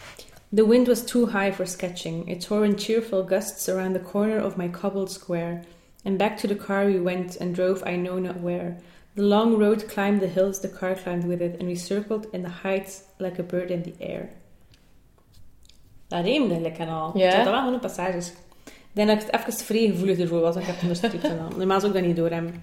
The wind was too high for sketching. It tore in cheerful gusts around the corner of my cobbled square. And back to the car we went and drove I know not where. The long road climbed the hills, the car climbed with it, and we circled in the heights like a bird in the air. Dat rijmde lekker al. Ja. Ik had dat wel gewoon een passages. Ik denk dat ik het even vrij gevoelig ervoor was, want ik heb het onderstreept gedaan. Normaal zou ik dat niet door hem.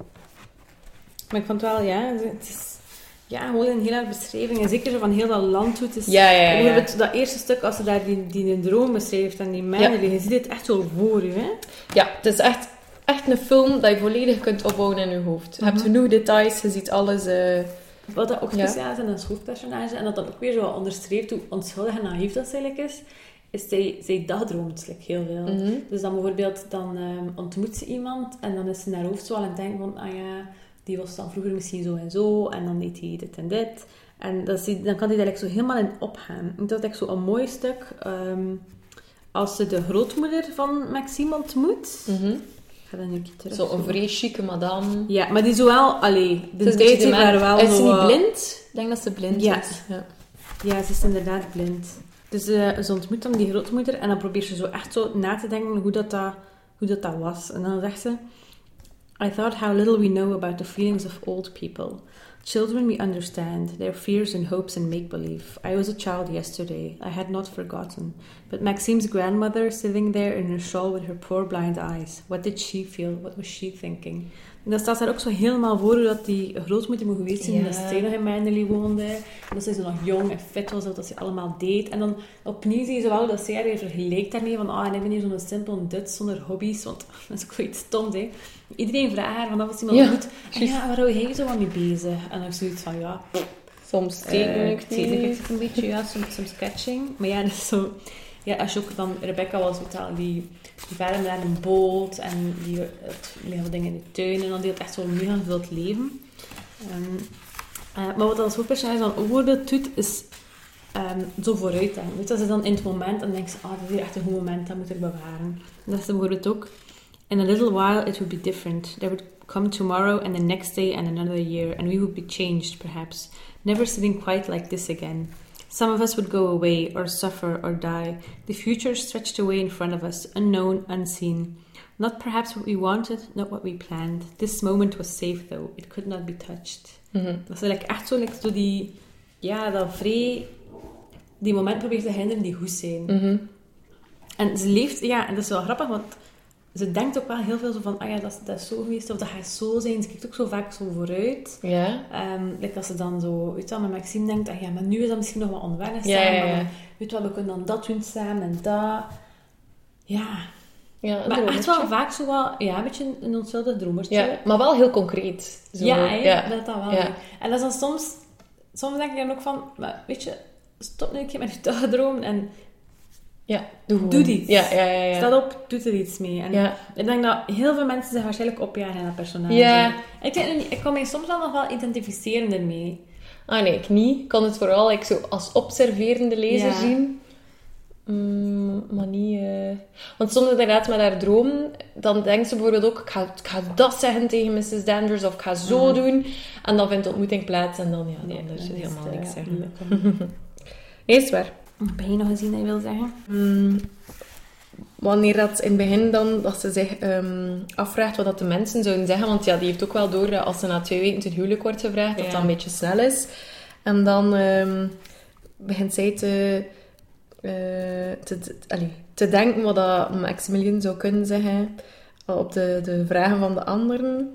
Maar ik vond wel, ja, het is ja, gewoon een heel erg beschrijving. En zeker zo van heel dat land hoe het is. Ja, ja, ja. Bijvoorbeeld dat eerste stuk, als ze daar die, die een droom beschrijft en die mijnen, Ja. je ziet het echt zo voor je, hè. Ja, het is echt, echt een film dat je volledig kunt opbouwen in je hoofd. Je hebt Mhm. genoeg details, je ziet alles... uh, Wat dat ook Ja. speciaal is aan als hoofdpersonage, en dat dan ook weer zo onderstreept hoe onschuldig en naïef dat ze eigenlijk is, is zij, zij dagdroomt like, heel veel. mhm. Dus dan bijvoorbeeld, dan ehm, ontmoet ze iemand en dan is ze naar haar hoofd zo aan het denken van, ah ja, die was dan vroeger misschien zo en zo, en dan deed hij dit en dit. En dat is, die- dan kan hij daar like, zo helemaal in opgaan. En dat is echt zo een mooi stuk. ehm, als ze de grootmoeder van Maxime ontmoet. Mhm. Ik ga dat nu een keer terug. Zo een vrij chique madame. Ja, maar die is zo wel, allee, de Ze is, een tijd beetje heeft de haar man- wel is zo ze niet wat- blind? Ik denk dat ze blind Ja. is. Ja. Ja, ze is inderdaad blind. Dus eh, ze ontmoet dan die grootmoeder en dan probeert ze zo echt zo na te denken hoe dat, dat, hoe dat, dat was. En dan zegt ze... I thought how little we know about the feelings of old people. Children we understand, their fears and hopes and make-believe. I was a child yesterday. I had not forgotten. But Maxime's grandmother, sitting there in her shawl with her poor blind eyes. What did she feel? What was she thinking? En dan staat daar ook zo helemaal voor hoe dat die grootmoeder moet geweest zijn. Ja. Dat zij nog in Manderley woonde. En dat zij zo nog jong en fit was. Dat ze allemaal deed. En dan opnieuw zie je zo wel dat zij haar weer vergelijkt daarmee. Van, ah, en ik ben hier zo'n simpel Duits zonder hobby's. Want dat is ook wel iets stoms, hè. Iedereen vraagt haar, vanaf als iemand Ja, doet. En juist. ja, waar hou jij zo aan mee bezig? En dan heb ik zoiets van, ja... Soms teken ik Uh, teken niet. ik een beetje, ja, soms, soms sketching. Maar ja, dat is zo... Ja, als je ook dan... Rebecca was totaal die... Die varen naar een boot en die had heel veel dingen in de tuin en dan deelt echt zo mega veel het leven. Um, uh, maar wat dat zo'n personage dan ook bijvoorbeeld doet, is um, zo vooruit denken. Weet je, als ze dan in het moment en denkt ze, ah, oh, dit is hier echt een goed moment, dat moet ik bewaren. En dat is bijvoorbeeld ook, in a little while it would be different. There would come tomorrow and the next day and another year and we would be changed, perhaps. Never sitting quite like this again. Some of us would go away, or suffer, or die. The future stretched away in front of us, unknown, unseen. Not perhaps what we wanted, not what we planned. This moment was safe, though. It could not be touched. Mm-hmm. Dat is like echt zo, like, zo die... Ja, dat vrij... Die moment probeert te herinneren die goed zijn. Mm-hmm. En ze leeft... Ja, en dat is wel grappig, want... Ze denkt ook wel heel veel zo van, ah ja, dat is, dat is zo geweest, of dat gaat zo zijn. Ze kijkt ook zo vaak zo vooruit. Ja. Um, like dat ze dan zo, weet je wel, met Maxime denkt, ah ja, maar nu is dat misschien nog wat onwennig Ja, samen. ja, ja. Maar weet je wel, we kunnen dan dat doen samen en dat. Ja. Ja, een Maar echt dromertje. wel vaak zo wel, ja, een beetje een onschuldig dromertje. Ja, maar wel heel concreet. Zo. Ja, hè, ja. dat dat wel. Ja. En dat is dan soms, soms denk ik dan ook van, maar weet je, stop nu een keer met je dagdroom en Ja, doe gewoon. doe iets. Ja, ja, ja. ja. Sta op, doe er iets mee. En Ja. ik denk dat heel veel mensen zich waarschijnlijk opjagen in dat personage. Ja. En ik, denk, ik kan mij soms wel nog wel identificeren ermee. Ah nee, ik niet. Ik kan het vooral ik zo als observerende lezer Ja. zien. Mm, maar niet... eh. Want soms inderdaad met haar droom, dan denkt ze bijvoorbeeld ook, ik ga, ik ga dat zeggen tegen missus Danvers, of ik ga zo Mm. doen. En dan vindt de ontmoeting plaats en dan, ja, dan Nee, is dan het is helemaal het, niks ja, zeggen. moeilijk. Nee, is waar. Heb je nog gezien dat je wil zeggen? Mm, wanneer dat in het begin dan, dat ze zich um, afvraagt wat dat de mensen zouden zeggen, want ja, die heeft ook wel door dat als ze na twee weken ten huwelijk wordt gevraagd, dat Ja. dat een beetje snel is. En dan um, begint zij te, uh, te, te, allee, te denken wat dat Maximilian zou kunnen zeggen op de, de vragen van de anderen.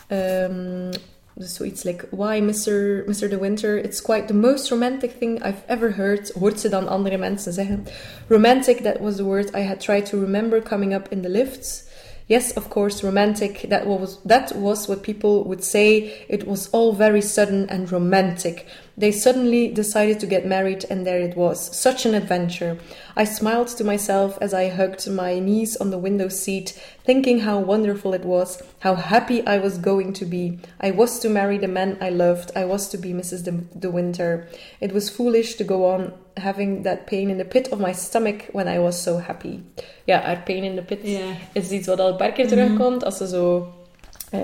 Um, Dus zoiets like, why mister mister De Winter, it's quite the most romantic thing I've ever heard, hoort ze dan andere mensen zeggen. Romantic, that was the word I had tried to remember coming up in the lifts. Yes, of course, romantic, that was, that was what people would say. It was all very sudden and romantic. They suddenly decided to get married and there it was. Such an adventure. I smiled to myself as I hugged my knees on the window seat, thinking how wonderful it was, how happy I was going to be. I was to marry the man I loved. I was to be missus De, De Winter. It was foolish to go on having that pain in the pit of my stomach when I was so happy. Ja, haar pain in the pit Ja. is iets wat al een paar keer terugkomt als ze zo... Uh,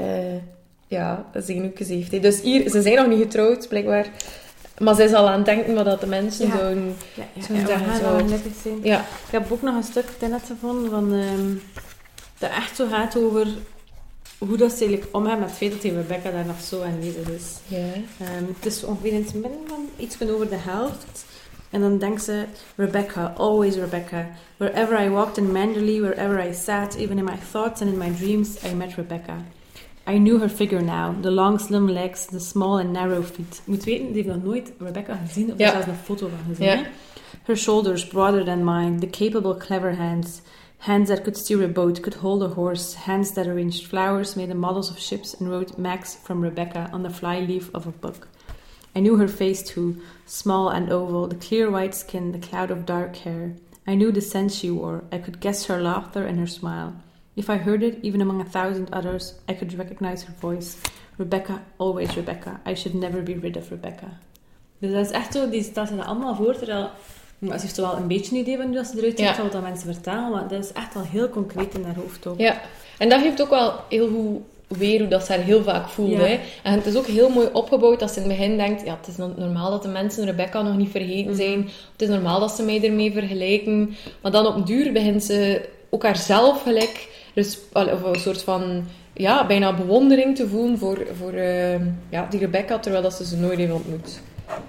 ja, zenuwtjes heeft. Hè. Dus hier, ze zijn nog niet getrouwd, blijkbaar. Maar zij is al aan het denken wat dat de mensen Ja. zouden... Ja, ja, Zo ja, we zeggen gaan zo. wel gelukkig zijn. Ja. Ik heb ook nog een stuk net gevonden van... Um, dat echt zo gaat over hoe dat ze eigenlijk omgaan met het feit dat die Rebecca daar nog zo aanwezig is. Ja. Um, het is ongeveer in het midden van iets over de helft. En dan denkt ze, Rebecca, always Rebecca. Wherever I walked in Manderley, wherever I sat, even in my thoughts and in my dreams, I met Rebecca. I knew her figure now, the long slim legs, the small and narrow feet. Je moet weten, die heeft nog nooit Rebecca gezien, of Ja. er zelfs een foto van gezien. Ja. Hè? Her shoulders broader than mine, the capable, clever hands. Hands that could steer a boat, could hold a horse. Hands that arranged flowers, made the models of ships, and wrote Max from Rebecca on the flyleaf of a book. I knew her face too, small and oval, the clear white skin, the cloud of dark hair. I knew the scent she wore. I could guess her laughter and her smile. If I heard it, even among a thousand others, I could recognize her voice. Rebecca, always Rebecca. I should never be rid of Rebecca. Dus dat is echt zo, die stelt ze allemaal voor, terwijl... Ze heeft wel een beetje een idee van hoe dat ze eruit ziet, Ja. wat dat mensen vertellen, maar dat is echt al heel concreet in haar hoofd ook. Ja. En dat geeft ook wel heel goed weer hoe dat ze haar heel vaak voelt. Ja. Hè. En het is ook heel mooi opgebouwd dat ze in het begin denkt, ja, het is no- normaal dat de mensen Rebecca nog niet vergeten zijn. Het is normaal dat ze mij ermee vergelijken. Maar dan op den duur begint ze ook haarzelf gelijk, dus, of een soort van, ja, bijna bewondering te voelen voor, voor uh, ja, die Rebecca, terwijl dat ze ze nooit heeft ontmoet.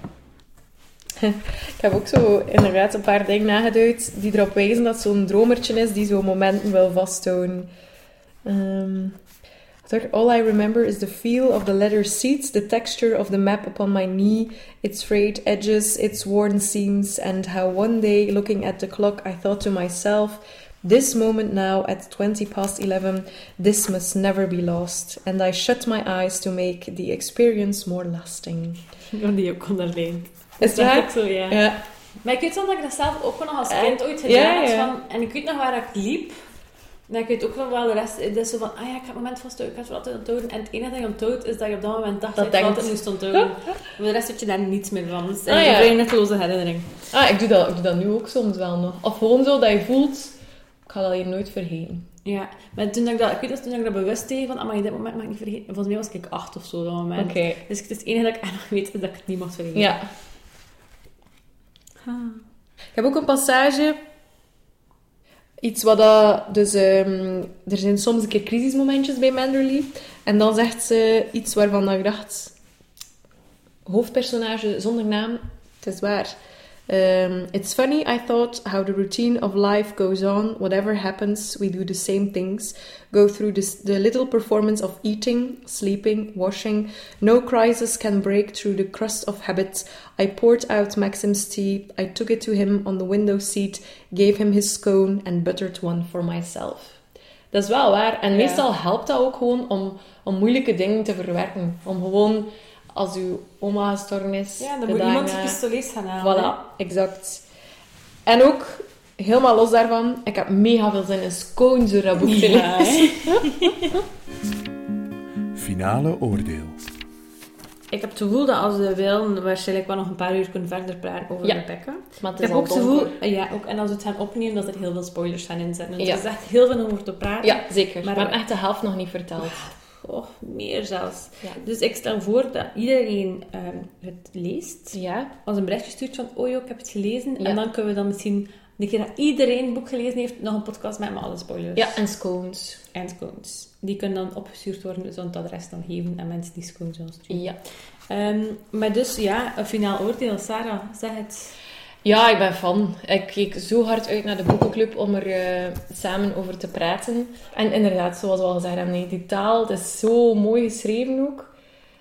Ik heb ook zo inderdaad een paar dingen nageduid die erop wijzen dat zo'n dromertje is die zo'n momenten wil vasthouden. Um, all I remember is the feel of the leather seats, the texture of the map upon my knee, its frayed edges, its worn seams, and how one day, looking at the clock, I thought to myself, This moment now, at twenty past eleven, this must never be lost. And I shut my eyes to make the experience more lasting. Ja, die ook onderlijnd. Is het Dat waar? ook zo, ja. Ja. Maar ik weet wel dat ik dat zelf ook nog als Eh? kind ooit gedaan Ja, had. ja. Van, en ik weet nog waar ik liep. En ik weet ook nog wel de rest. Het is zo van, ah ja, ik ga het moment vasthouden, ik ga het altijd onthouden. En het enige dat je onthoudt, is dat je op dat moment dacht Dat dat je het denkt. altijd moest onthouden. Voor de rest weet je daar niets meer van. Dus het is Ah, een ja. vrij nutteloze herinnering. Ah, ik doe, dat, ik doe dat nu ook soms wel nog. Of gewoon zo dat je voelt, ik ga dat hier nooit vergeten. Ja, maar toen dat ik dat, ik weet dat toen ik dat bewust deed, van, ah, maar dit moment mag ik niet vergeten. Volgens mij was ik acht of zo, op dat moment. Oké. Dus het is het enige dat ik echt nog weet, is dat ik het niet mocht vergeten. Ja. Ah. Ik heb ook een passage. Iets wat dat... Dus um, er zijn soms een keer crisismomentjes bij Manderley. En dan zegt ze iets waarvan dat ik dacht... Hoofdpersonage zonder naam. Het is waar. Um, It's funny, I thought, how the routine of life goes on. Whatever happens, we do the same things. Go through this, the little performance of eating, sleeping, washing. No crisis can break through the crust of habit. I poured out Maxim's tea. I took it to him on the window seat. Gave him his scone and buttered one for myself. Dat is wel waar. En Ja. meestal helpt dat ook gewoon om, om moeilijke dingen te verwerken. Om gewoon... Als uw oma gestorven is... Ja, de dan moet dagen- iemand zijn pistolets gaan halen. Voilà, exact. En ook, helemaal los daarvan, ik heb mega veel zin in scones door dat boek te Ja, lezen. Finale oordeel. Ik heb het gevoel dat als we willen, waarschijnlijk wel nog een paar uur kunnen verder praten over Ja. Rebecca. Maar het Ik is heb al ook het donker. gevoel, ja, ook, en als we het gaan opnemen, dat er heel veel spoilers gaan inzetten. Dus Ja. er is echt heel veel om over te praten. Ja, zeker. Maar- Maar we hebben echt de helft nog niet verteld. Oh, meer zelfs. Ja. Dus ik stel voor dat iedereen ehm, het leest. Ja, Als een berichtje stuurt van, oh joh, ik heb het gelezen. Ja. En dan kunnen we dan misschien, de keer dat iedereen het boek gelezen heeft, nog een podcast met met alle spoilers. ja en scones. En scones. Die kunnen dan opgestuurd worden, dus het adres dan geven aan mensen die scones zullen sturen. Ja. Ehm, maar dus, ja, een finaal oordeel. Sarah, zeg het. Ja, ik ben fan. Ik keek zo hard uit naar de boekenclub om er uh, samen over te praten. En inderdaad, zoals we al gezegd hebben, nee, die taal, het is zo mooi geschreven ook.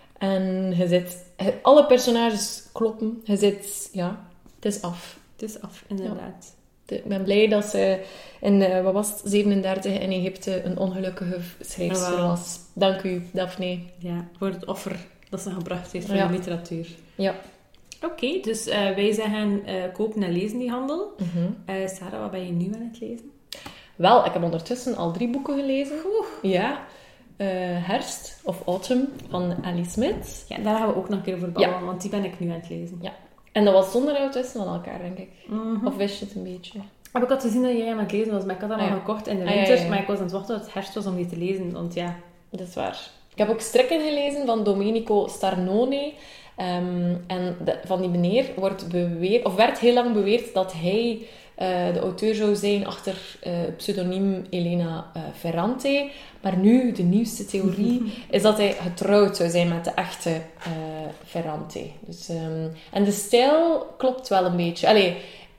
En je zit... Alle personages kloppen. Je zit... Ja, het is af. Het is af, inderdaad. De- Ik ben blij dat ze in, uh, wat was het, zevenendertig in Egypte een ongelukkige schrijfster Jawel. was. Dank u, Daphne. Ja, voor het offer dat ze gebracht heeft voor Ja. de literatuur. Ja. Oké, dus uh, wij zeggen uh, kopen en lezen die handel. Mhm. Uh, Sarah, wat ben je nu aan het lezen? Wel, ik heb ondertussen al drie boeken gelezen. Ja. Uh, Herfst of Autumn van Alice Smith. Ja, daar gaan we ook nog een keer over babbelen, want die ben ik nu aan het lezen. Ja. En dat was zonder uitwisselen van elkaar, denk ik. Mhm. Of wist je het een beetje? Heb ik al gezien dat jij aan het lezen was, maar ik had dat Ah, al ja. gekocht in de Ah, ja, winter, ja, ja. maar ik was aan het wachten tot het herfst was om die te lezen, want ja... Dat is waar. Ik heb ook Strikken gelezen van Domenico Starnone. Um, en de, van die meneer wordt beweerd, of werd heel lang beweerd dat hij uh, de auteur zou zijn achter uh, het pseudoniem Elena uh, Ferrante. Maar nu, de nieuwste theorie, is dat hij getrouwd zou zijn met de echte uh, Ferrante. Dus, um, en de stijl klopt wel een beetje. Allee,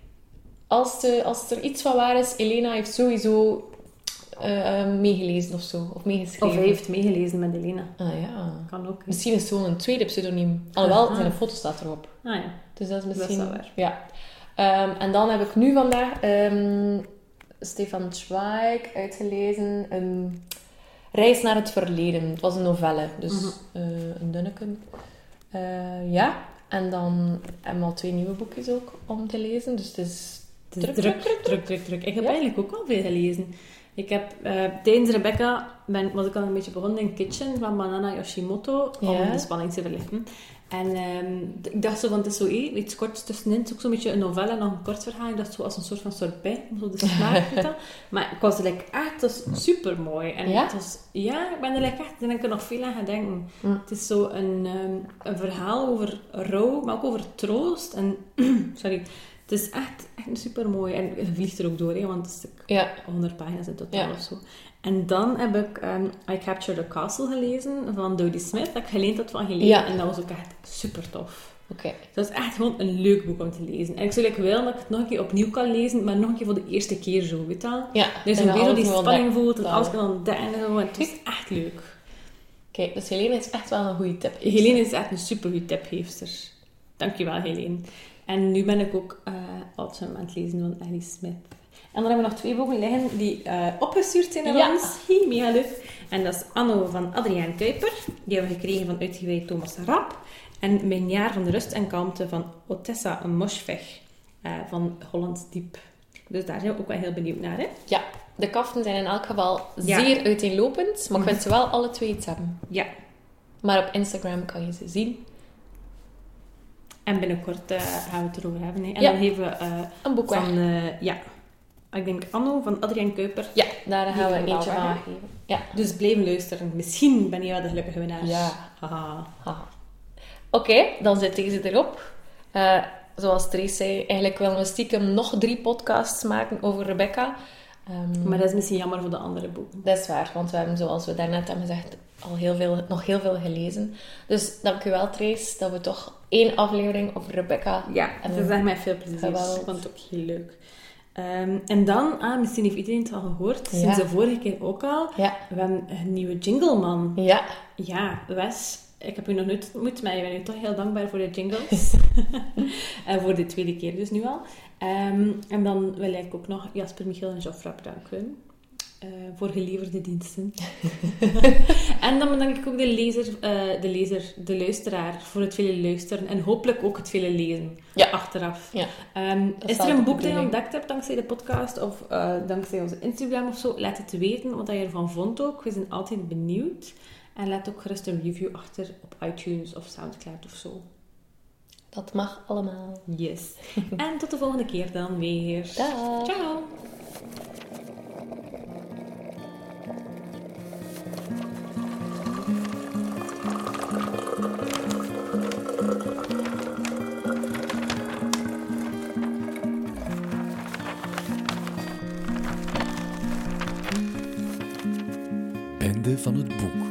als, de, als er iets van waar is, Elena heeft sowieso uh, meegelezen of zo. Of meegeschreven. Of hij heeft meegelezen met Elena. Ah ja. Kan ook. Misschien is het gewoon een tweede pseudoniem. Alhoewel, Aha. zijn foto staat erop. Ah ja. Dus dat is Dat is misschien... wel waar. Ja. Um, en dan heb ik nu vandaag um, Stefan Zweig uitgelezen. Um, Reis naar het verleden. Het was een novelle. Dus Mhm. uh, een dunneken. Uh, ja. En dan hebben we al twee nieuwe boekjes ook om te lezen. Dus het is... Het is Druk, druk, druk, druk, druk, druk, Ik heb Ja. eigenlijk ook al veel gelezen. Ik heb uh, tijdens Rebecca, ben, was ik al een beetje begonnen in Kitchen van Banana Yoshimoto, om Ja. de spanning te verlichten. En um, ik dacht zo, want het is zo eh, iets korts tussenin. Het is ook zo'n beetje een novelle en nog een kort verhaal. Ik dacht zo als een soort van sorbet, om zo de smaak te doen. Maar ik was er like, echt, het was super mooi. En Ja? het was, ja, ik ben er like, echt, daar ben ik er nog veel aan gaan denken. Mm. Het is zo een, um, een verhaal over rouw, maar ook over troost. En, sorry, het is echt, echt super mooi. En je vliegt er ook door, hè, want het is like Ja. honderd pagina's in totaal Ja. of zo. En dan heb ik um, I Captured a Castle gelezen van Dodie Smith, dat ik geleend had van gelezen. Ja. En dat was ook echt super tof. Oké. Het was echt gewoon een leuk boek om te lezen. En ik zou like, willen dat ik het nog een keer opnieuw kan lezen, maar nog een keer voor de eerste keer zo, weet je wel? Ja. Dus en je weer zo alles die moet spanning ontdekken. voelt en Dat alles wel. kan ontdekken en zo. En het was echt leuk. Kijk, dus Helene is echt wel een goede tip. Helene is echt een supergoed tipgeefster. Dankjewel, Helene. En nu ben ik ook uh, Autumn aan het lezen van Alice Smith. En dan hebben we nog twee boeken liggen die uh, opgestuurd zijn naar Ja. ons. Hi, mega leuk. En dat is Anno van Adriaan Kuiper. Die hebben we gekregen van uitgeverij Thomas Rapp. En Mijn jaar van de rust en kalmte van Otessa Moschweg uh, van Hollands Diep. Dus daar zijn we ook wel heel benieuwd naar, hè? Ja, de kaften zijn in elk geval Ja. zeer uiteenlopend, maar ik vind ze wel alle twee iets hebben. Ja. Maar op Instagram kan je ze zien. En binnenkort uh, gaan we het erover hebben. Hè. En Ja. dan geven we uh, Een boek weg. van... Uh, ja. Ik denk Anno van Adriaan Kuiper. Ja, daar gaan we Die een eentje wel van weg, geven. Ja. Dus blijf luisteren. Misschien ben je wel de gelukkige winnaar. Ja. Haha. Haha. Oké, dan zit deze erop. Uh, zoals Trace zei, eigenlijk willen we stiekem nog drie podcasts maken over Rebecca. Um, Maar dat is misschien jammer voor de andere boeken. Dat is waar, want we hebben, zoals we daarnet hebben gezegd, al heel veel, nog heel veel gelezen. Dus dank u wel, Trace, dat we toch één aflevering over Rebecca Ja, en dat is echt met veel plezier. geweld. Ik vond het ook heel leuk. Um, en dan, ah, misschien heeft iedereen het al gehoord, Ja. sinds de vorige keer ook al, Ja. we hebben een nieuwe jingleman. Ja. Ja, Wes, ik heb u nog nooit ontmoet, maar ik ben u toch heel dankbaar voor de jingles. En voor de tweede keer dus nu al. Um, en dan wil ik ook nog Jasper, Michiel en Joffra bedanken. Uh, voor geleverde diensten. En dan bedank ik ook de lezer, uh, de lezer, de luisteraar voor het vele luisteren en hopelijk ook het vele lezen Ja. achteraf. Ja. Um, Dat is staat er een op de boek dat je bedoeling. ontdekt hebt dankzij de podcast of uh, dankzij onze Instagram of zo? Laat het weten wat je ervan vond ook. We zijn altijd benieuwd. En laat ook gerust een review achter op iTunes of Soundcloud of zo. Dat mag allemaal. Yes. En tot de volgende keer dan weer. Dag. Ciao. Bende van het boek.